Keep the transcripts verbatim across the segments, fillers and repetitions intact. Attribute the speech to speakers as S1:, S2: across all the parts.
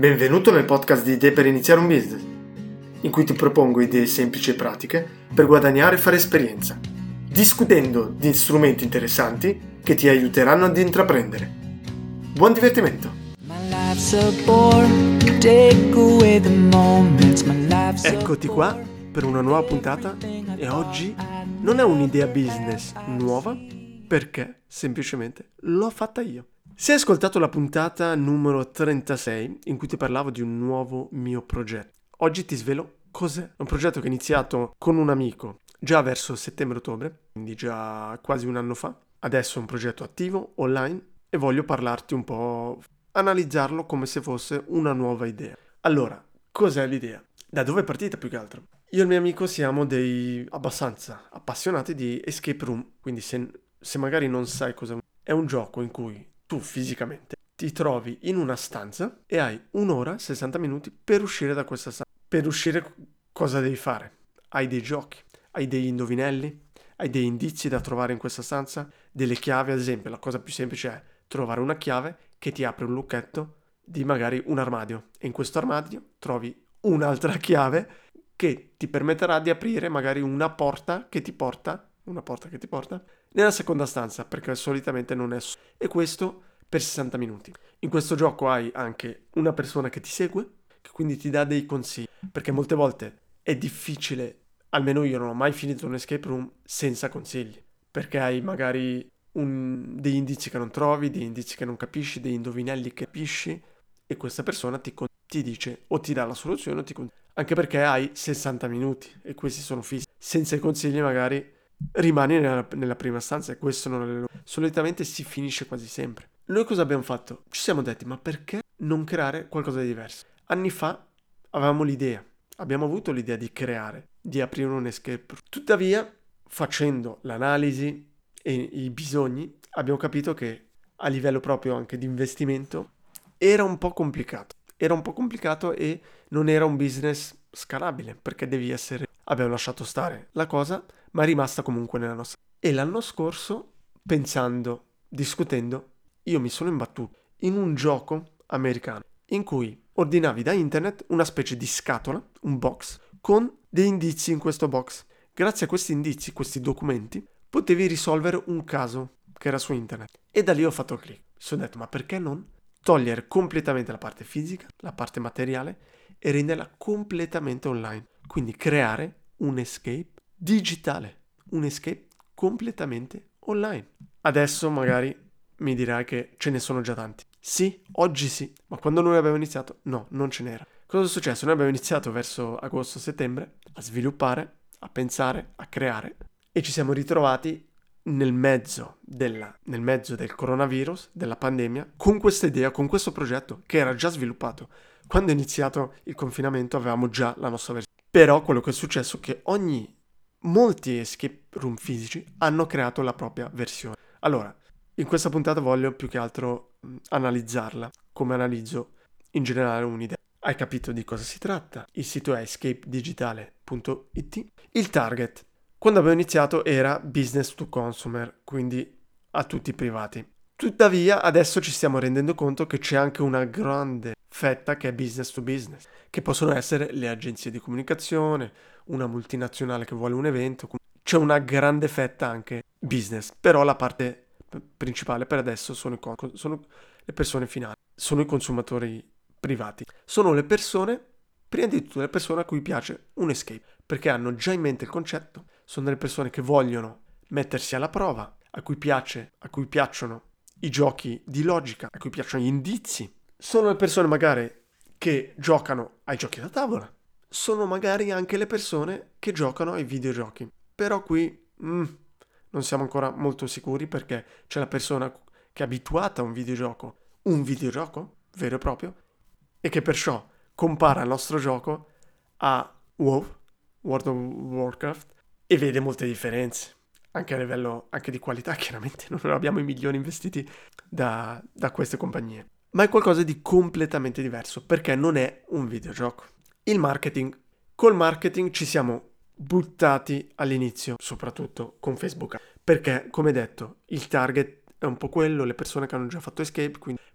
S1: Benvenuto nel podcast di Idee per iniziare un business, in cui ti propongo idee semplici e pratiche per guadagnare e fare esperienza, discutendo di strumenti interessanti che ti aiuteranno ad intraprendere. Buon divertimento! Eccoti qua per una nuova puntata e oggi non è un'idea business nuova perché semplicemente l'ho fatta io. Se hai ascoltato la puntata numero trentasei in cui ti parlavo di un nuovo mio progetto, oggi ti svelo cos'è. È un progetto che ho iniziato con un amico già verso settembre-ottobre, quindi già quasi un anno fa. Adesso è un progetto attivo, online, e voglio parlarti un po', analizzarlo come se fosse una nuova idea. Allora, cos'è l'idea? Da dove è partita più che altro? Io e il mio amico siamo dei abbastanza appassionati di escape room, quindi se, se magari non sai cos'è, è un gioco in cui tu fisicamente ti trovi in una stanza e hai un'ora, sessanta minuti per uscire da questa stanza. Per uscire cosa devi fare? Hai dei giochi, hai degli indovinelli, hai dei indizi da trovare in questa stanza, delle chiavi, ad esempio. La cosa più semplice è trovare una chiave che ti apre un lucchetto di magari un armadio e in questo armadio trovi un'altra chiave che ti permetterà di aprire magari una porta che ti porta una porta che ti porta nella seconda stanza, perché solitamente non è so- e questo per sessanta minuti. In questo gioco hai anche una persona che ti segue, che quindi ti dà dei consigli, perché molte volte è difficile, almeno io non ho mai finito un escape room senza consigli, perché hai magari un, degli indizi che non trovi, degli indizi che non capisci, degli indovinelli che capisci, e questa persona ti, con- ti dice o ti dà la soluzione o ti con- anche perché hai sessanta minuti e questi sono fissi. Senza i consigli magari rimani nella, nella prima stanza e questo non è... solitamente si finisce quasi sempre. Noi cosa abbiamo fatto? Ci siamo detti, ma perché non creare qualcosa di diverso? Anni fa avevamo l'idea, abbiamo avuto l'idea di creare, di aprire un escape room. Tuttavia, facendo l'analisi e i bisogni, abbiamo capito che a livello proprio anche di investimento era un po' complicato. Era un po' complicato e non era un business scalabile, perché devi essere... Abbiamo lasciato stare la cosa, ma è rimasta comunque nella nostra. E l'anno scorso, pensando, discutendo, io mi sono imbattuto in un gioco americano in cui ordinavi da internet una specie di scatola, un box, con dei indizi in questo box. Grazie a questi indizi, questi documenti, potevi risolvere un caso che era su internet. E da lì ho fatto click. Mi sono detto, ma perché non togliere completamente la parte fisica, la parte materiale, e renderla completamente online? Quindi creare un escape digitale, un escape completamente online. Adesso magari mi dirai che ce ne sono già tanti. Sì, oggi sì, ma quando noi abbiamo iniziato, no, non ce n'era. Cosa è successo? Noi abbiamo iniziato verso agosto-settembre a sviluppare, a pensare, a creare e ci siamo ritrovati nel mezzo, della, nel mezzo del coronavirus, della pandemia, con questa idea, con questo progetto che era già sviluppato. Quando è iniziato il confinamento avevamo già la nostra versione. Però quello che è successo è che ogni, molti escape room fisici hanno creato la propria versione. Allora, in questa puntata voglio più che altro mh, analizzarla, come analizzo in generale un'idea. Hai capito di cosa si tratta? Il sito è escape digitale punto it. Il target, quando abbiamo iniziato, era business to consumer, quindi a tutti i privati. Tuttavia, adesso ci stiamo rendendo conto che c'è anche una grande fetta che è business to business, che possono essere le agenzie di comunicazione, una multinazionale che vuole un evento. C'è una grande fetta anche business, però la parte principale per adesso sono, i con- sono le persone finali, sono i consumatori privati. Sono le persone, prima di tutto le persone a cui piace un escape, perché hanno già in mente il concetto, sono delle persone che vogliono mettersi alla prova, a cui piace, a cui piacciono i giochi di logica, a cui piacciono gli indizi. Sono le persone magari che giocano ai giochi da tavola. Sono magari anche le persone che giocano ai videogiochi. Però qui mm, non siamo ancora molto sicuri perché c'è la persona che è abituata a un videogioco, un videogioco vero e proprio, e che perciò compara il nostro gioco a WoW, World of Warcraft, e vede molte differenze. Anche a livello anche di qualità, chiaramente non abbiamo i milioni investiti da, da queste compagnie. Ma è qualcosa di completamente diverso, perché non è un videogioco. Il marketing. Col marketing ci siamo buttati all'inizio, soprattutto con Facebook, perché, come detto, il target è un po' quello, le persone che hanno già fatto escape, quindi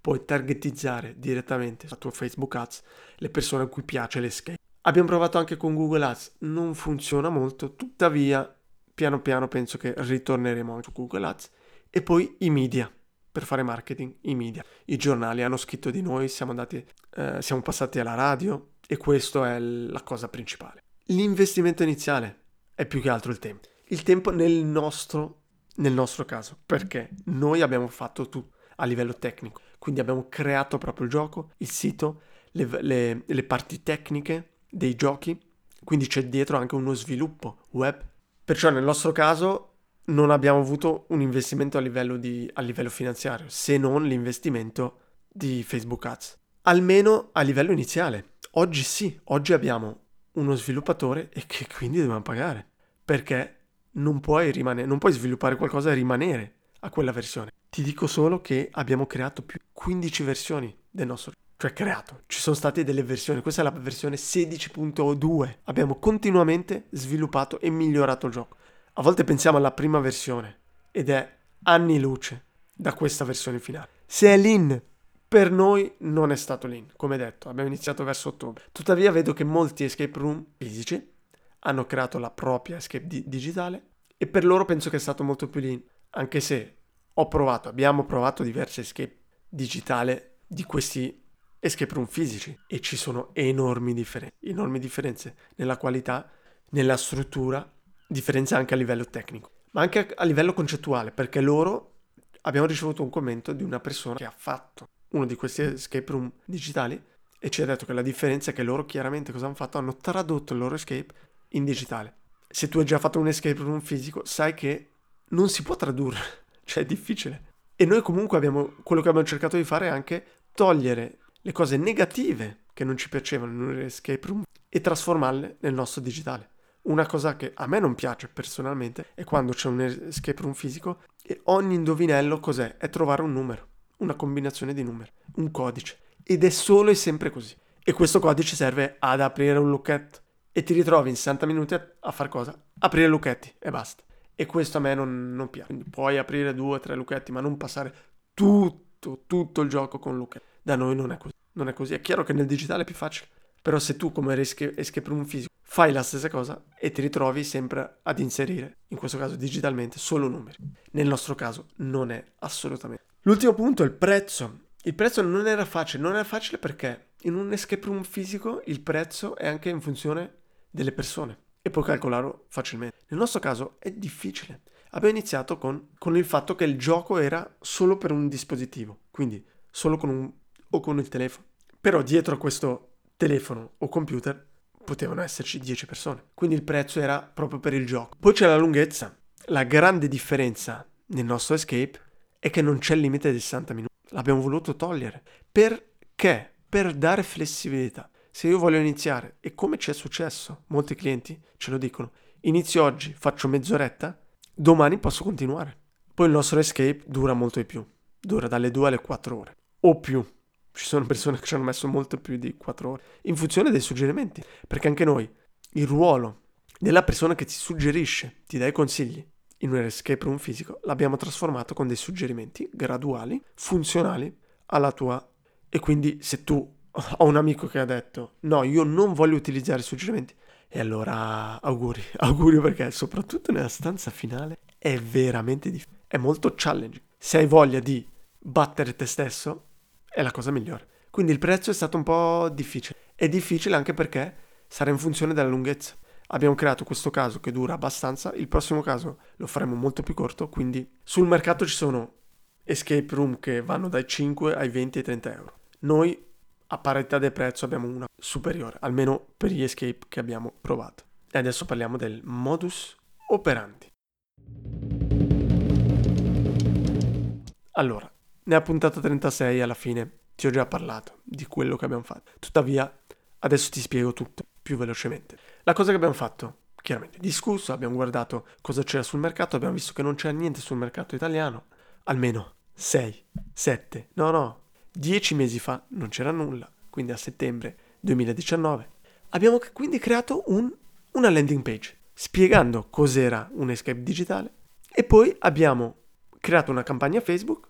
S1: puoi targetizzare direttamente sul tuo Facebook Ads le persone a cui piace l'escape. Abbiamo provato anche con Google Ads, non funziona molto, tuttavia piano piano penso che ritorneremo anche su Google Ads. E poi i media, per fare marketing, i media. I giornali hanno scritto di noi, siamo andati, eh, siamo passati alla radio e questo è la cosa principale. L'investimento iniziale è più che altro il tempo. Il tempo nel nostro, nel nostro caso, perché noi abbiamo fatto tutto a livello tecnico, quindi abbiamo creato proprio il gioco, il sito, le, le, le parti tecniche dei giochi, quindi c'è dietro anche uno sviluppo web. Perciò nel nostro caso non abbiamo avuto un investimento a livello, di, a livello finanziario, se non l'investimento di Facebook Ads. Almeno a livello iniziale. Oggi sì, oggi abbiamo uno sviluppatore e che quindi dobbiamo pagare, perché non puoi rimanere, non puoi sviluppare qualcosa e rimanere a quella versione. Ti dico solo che abbiamo creato più di quindici versioni del nostro, cioè creato. Ci sono state delle versioni, questa è la versione sedici punto due. Abbiamo continuamente sviluppato e migliorato il gioco. A volte pensiamo alla prima versione ed è anni luce da questa versione finale. Se è lean, per noi non è stato lean, come detto, abbiamo iniziato verso ottobre. Tuttavia vedo che molti escape room fisici hanno creato la propria escape di- digitale e per loro penso che è stato molto più lean, anche se ho provato, abbiamo provato diverse escape digitale di questi escape room fisici e ci sono enormi differenze, enormi differenze nella qualità, nella struttura, differenze anche a livello tecnico, ma anche a livello concettuale, perché loro abbiamo ricevuto un commento di una persona che ha fatto uno di questi escape room digitali e ci ha detto che la differenza è che loro chiaramente cosa hanno fatto? Hanno tradotto il loro escape in digitale. Se tu hai già fatto un escape room fisico, sai che non si può tradurre, cioè è difficile. E noi comunque abbiamo, quello che abbiamo cercato di fare è anche togliere le cose negative che non ci piacevano in un escape room e trasformarle nel nostro digitale. Una cosa che a me non piace personalmente è quando c'è un escape room fisico e ogni indovinello cos'è? È trovare un numero, una combinazione di numeri, un codice. Ed è solo e sempre così. E questo codice serve ad aprire un lucchetto. E ti ritrovi in sessanta minuti a, a far cosa? Aprire lucchetti e basta. E questo a me non, non piace. Quindi puoi aprire due o tre lucchetti, ma non passare tutto, tutto il gioco con lucchetti. Da noi non è così. Non è così. È chiaro che nel digitale è più facile. Però se tu come escape, escape room fisico fai la stessa cosa e ti ritrovi sempre ad inserire, in questo caso digitalmente, solo numeri. Nel nostro caso non è assolutamente. L'ultimo punto è il prezzo. Il prezzo non era facile. Non era facile perché in un escape room fisico il prezzo è anche in funzione delle persone e puoi calcolarlo facilmente. Nel nostro caso è difficile. Abbiamo iniziato con, con il fatto che il gioco era solo per un dispositivo, quindi solo con un o con il telefono. Però dietro a questo telefono o computer potevano esserci dieci persone. Quindi il prezzo era proprio per il gioco. Poi c'è la lunghezza. La grande differenza nel nostro escape è che non c'è il limite di sessanta minuti. L'abbiamo voluto togliere. Perché? Per dare flessibilità. Se io voglio iniziare, e come ci è successo, molti clienti ce lo dicono, inizio oggi, faccio mezz'oretta, domani posso continuare. Poi il nostro escape dura molto di più. Dura dalle due alle quattro ore. O più. Ci sono persone che ci hanno messo molto più di quattro ore, in funzione dei suggerimenti, perché anche noi, il ruolo della persona che ti suggerisce, ti dà i consigli, in un escape room fisico, l'abbiamo trasformato con dei suggerimenti graduali, funzionali alla tua. E quindi se tu ho un amico che ha detto, no, io non voglio utilizzare i suggerimenti, e allora auguri, auguri perché soprattutto nella stanza finale è veramente difficile, è molto challenging. Se hai voglia di battere te stesso, è la cosa migliore. Quindi il prezzo è stato un po' difficile. È difficile anche perché sarà in funzione della lunghezza. Abbiamo creato questo caso che dura abbastanza, il prossimo caso lo faremo molto più corto, quindi sul mercato ci sono escape room che vanno dai cinque ai venti ai trenta euro. Noi a parità del prezzo abbiamo una superiore, almeno per gli escape che abbiamo provato. E adesso parliamo del modus operandi. Allora, nella puntata trentasei alla fine ti ho già parlato di quello che abbiamo fatto. Tuttavia, adesso ti spiego tutto più velocemente. La cosa che abbiamo fatto, chiaramente discusso, abbiamo guardato cosa c'era sul mercato, abbiamo visto che non c'era niente sul mercato italiano, almeno sei, sette, no no, dieci mesi fa non c'era nulla, quindi a settembre duemiladiciannove. Abbiamo quindi creato un, una landing page spiegando cos'era un escape digitale e poi abbiamo creato una campagna Facebook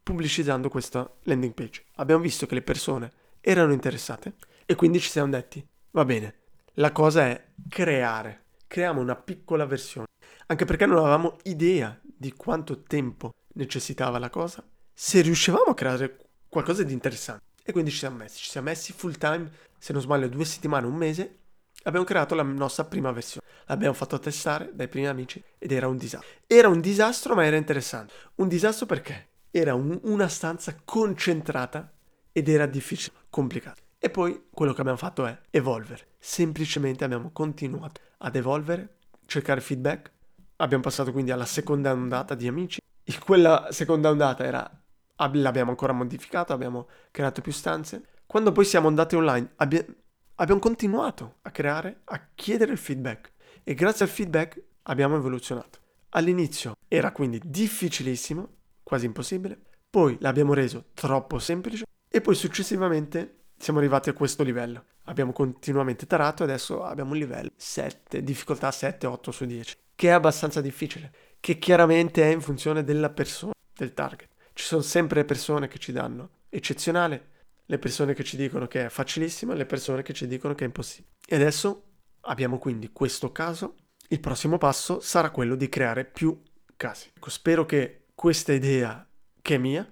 S1: pubblicizzando questa landing page. Abbiamo visto che le persone erano interessate e quindi ci siamo detti, va bene, la cosa è creare, creiamo una piccola versione, anche perché non avevamo idea di quanto tempo necessitava la cosa, se riuscivamo a creare qualcosa di interessante. E quindi ci siamo messi, ci siamo messi full time, se non sbaglio due settimane, un mese, abbiamo creato la nostra prima versione. L'abbiamo fatto testare dai primi amici ed era un disastro. Era un disastro ma era interessante. Un disastro perché era un, una stanza concentrata ed era difficile, complicato. E poi quello che abbiamo fatto è evolvere. Semplicemente abbiamo continuato ad evolvere, cercare feedback. Abbiamo passato quindi alla seconda ondata di amici. In quella seconda ondata era, l'abbiamo ancora modificato, abbiamo creato più stanze. Quando poi siamo andati online abbi- abbiamo continuato a creare, a chiedere il feedback. E grazie al feedback abbiamo evoluzionato. All'inizio era quindi difficilissimo, quasi impossibile. Poi l'abbiamo reso troppo semplice e poi successivamente siamo arrivati a questo livello. Abbiamo continuamente tarato e adesso abbiamo un livello sette, difficoltà sette otto su dieci, che è abbastanza difficile, che chiaramente è in funzione della persona, del target. Ci sono sempre persone che ci danno eccezionale, le persone che ci dicono che è facilissimo e le persone che ci dicono che è impossibile. E adesso abbiamo quindi questo caso. Il prossimo passo sarà quello di creare più casi. Ecco, spero che questa idea, che è mia,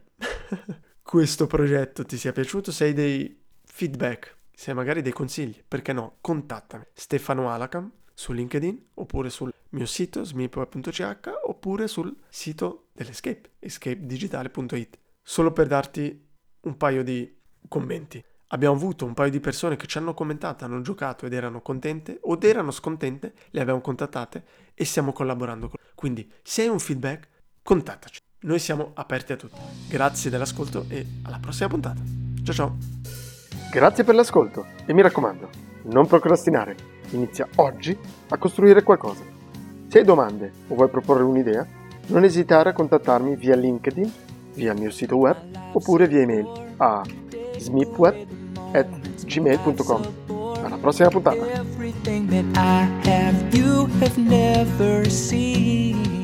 S1: questo progetto ti sia piaciuto. Se hai dei feedback, se hai magari dei consigli, perché no, contattami. Stefano Alacam su LinkedIn, oppure sul mio sito smipweb punto c h, oppure sul sito dell'Escape, escape digitale punto it. Solo per darti un paio di commenti. Abbiamo avuto un paio di persone che ci hanno commentato, hanno giocato ed erano contente o erano scontente, le abbiamo contattate e stiamo collaborando con loro. Quindi se hai un feedback, contattaci. Noi siamo aperti a tutti. Grazie dell'ascolto e alla prossima puntata. Ciao ciao. Grazie per l'ascolto e mi raccomando, non procrastinare. Inizia oggi a costruire qualcosa. Se hai domande o vuoi proporre un'idea, non esitare a contattarmi via LinkedIn, via il mio sito web oppure via email a smipweb at gmail punto com. Alla prossima puntata.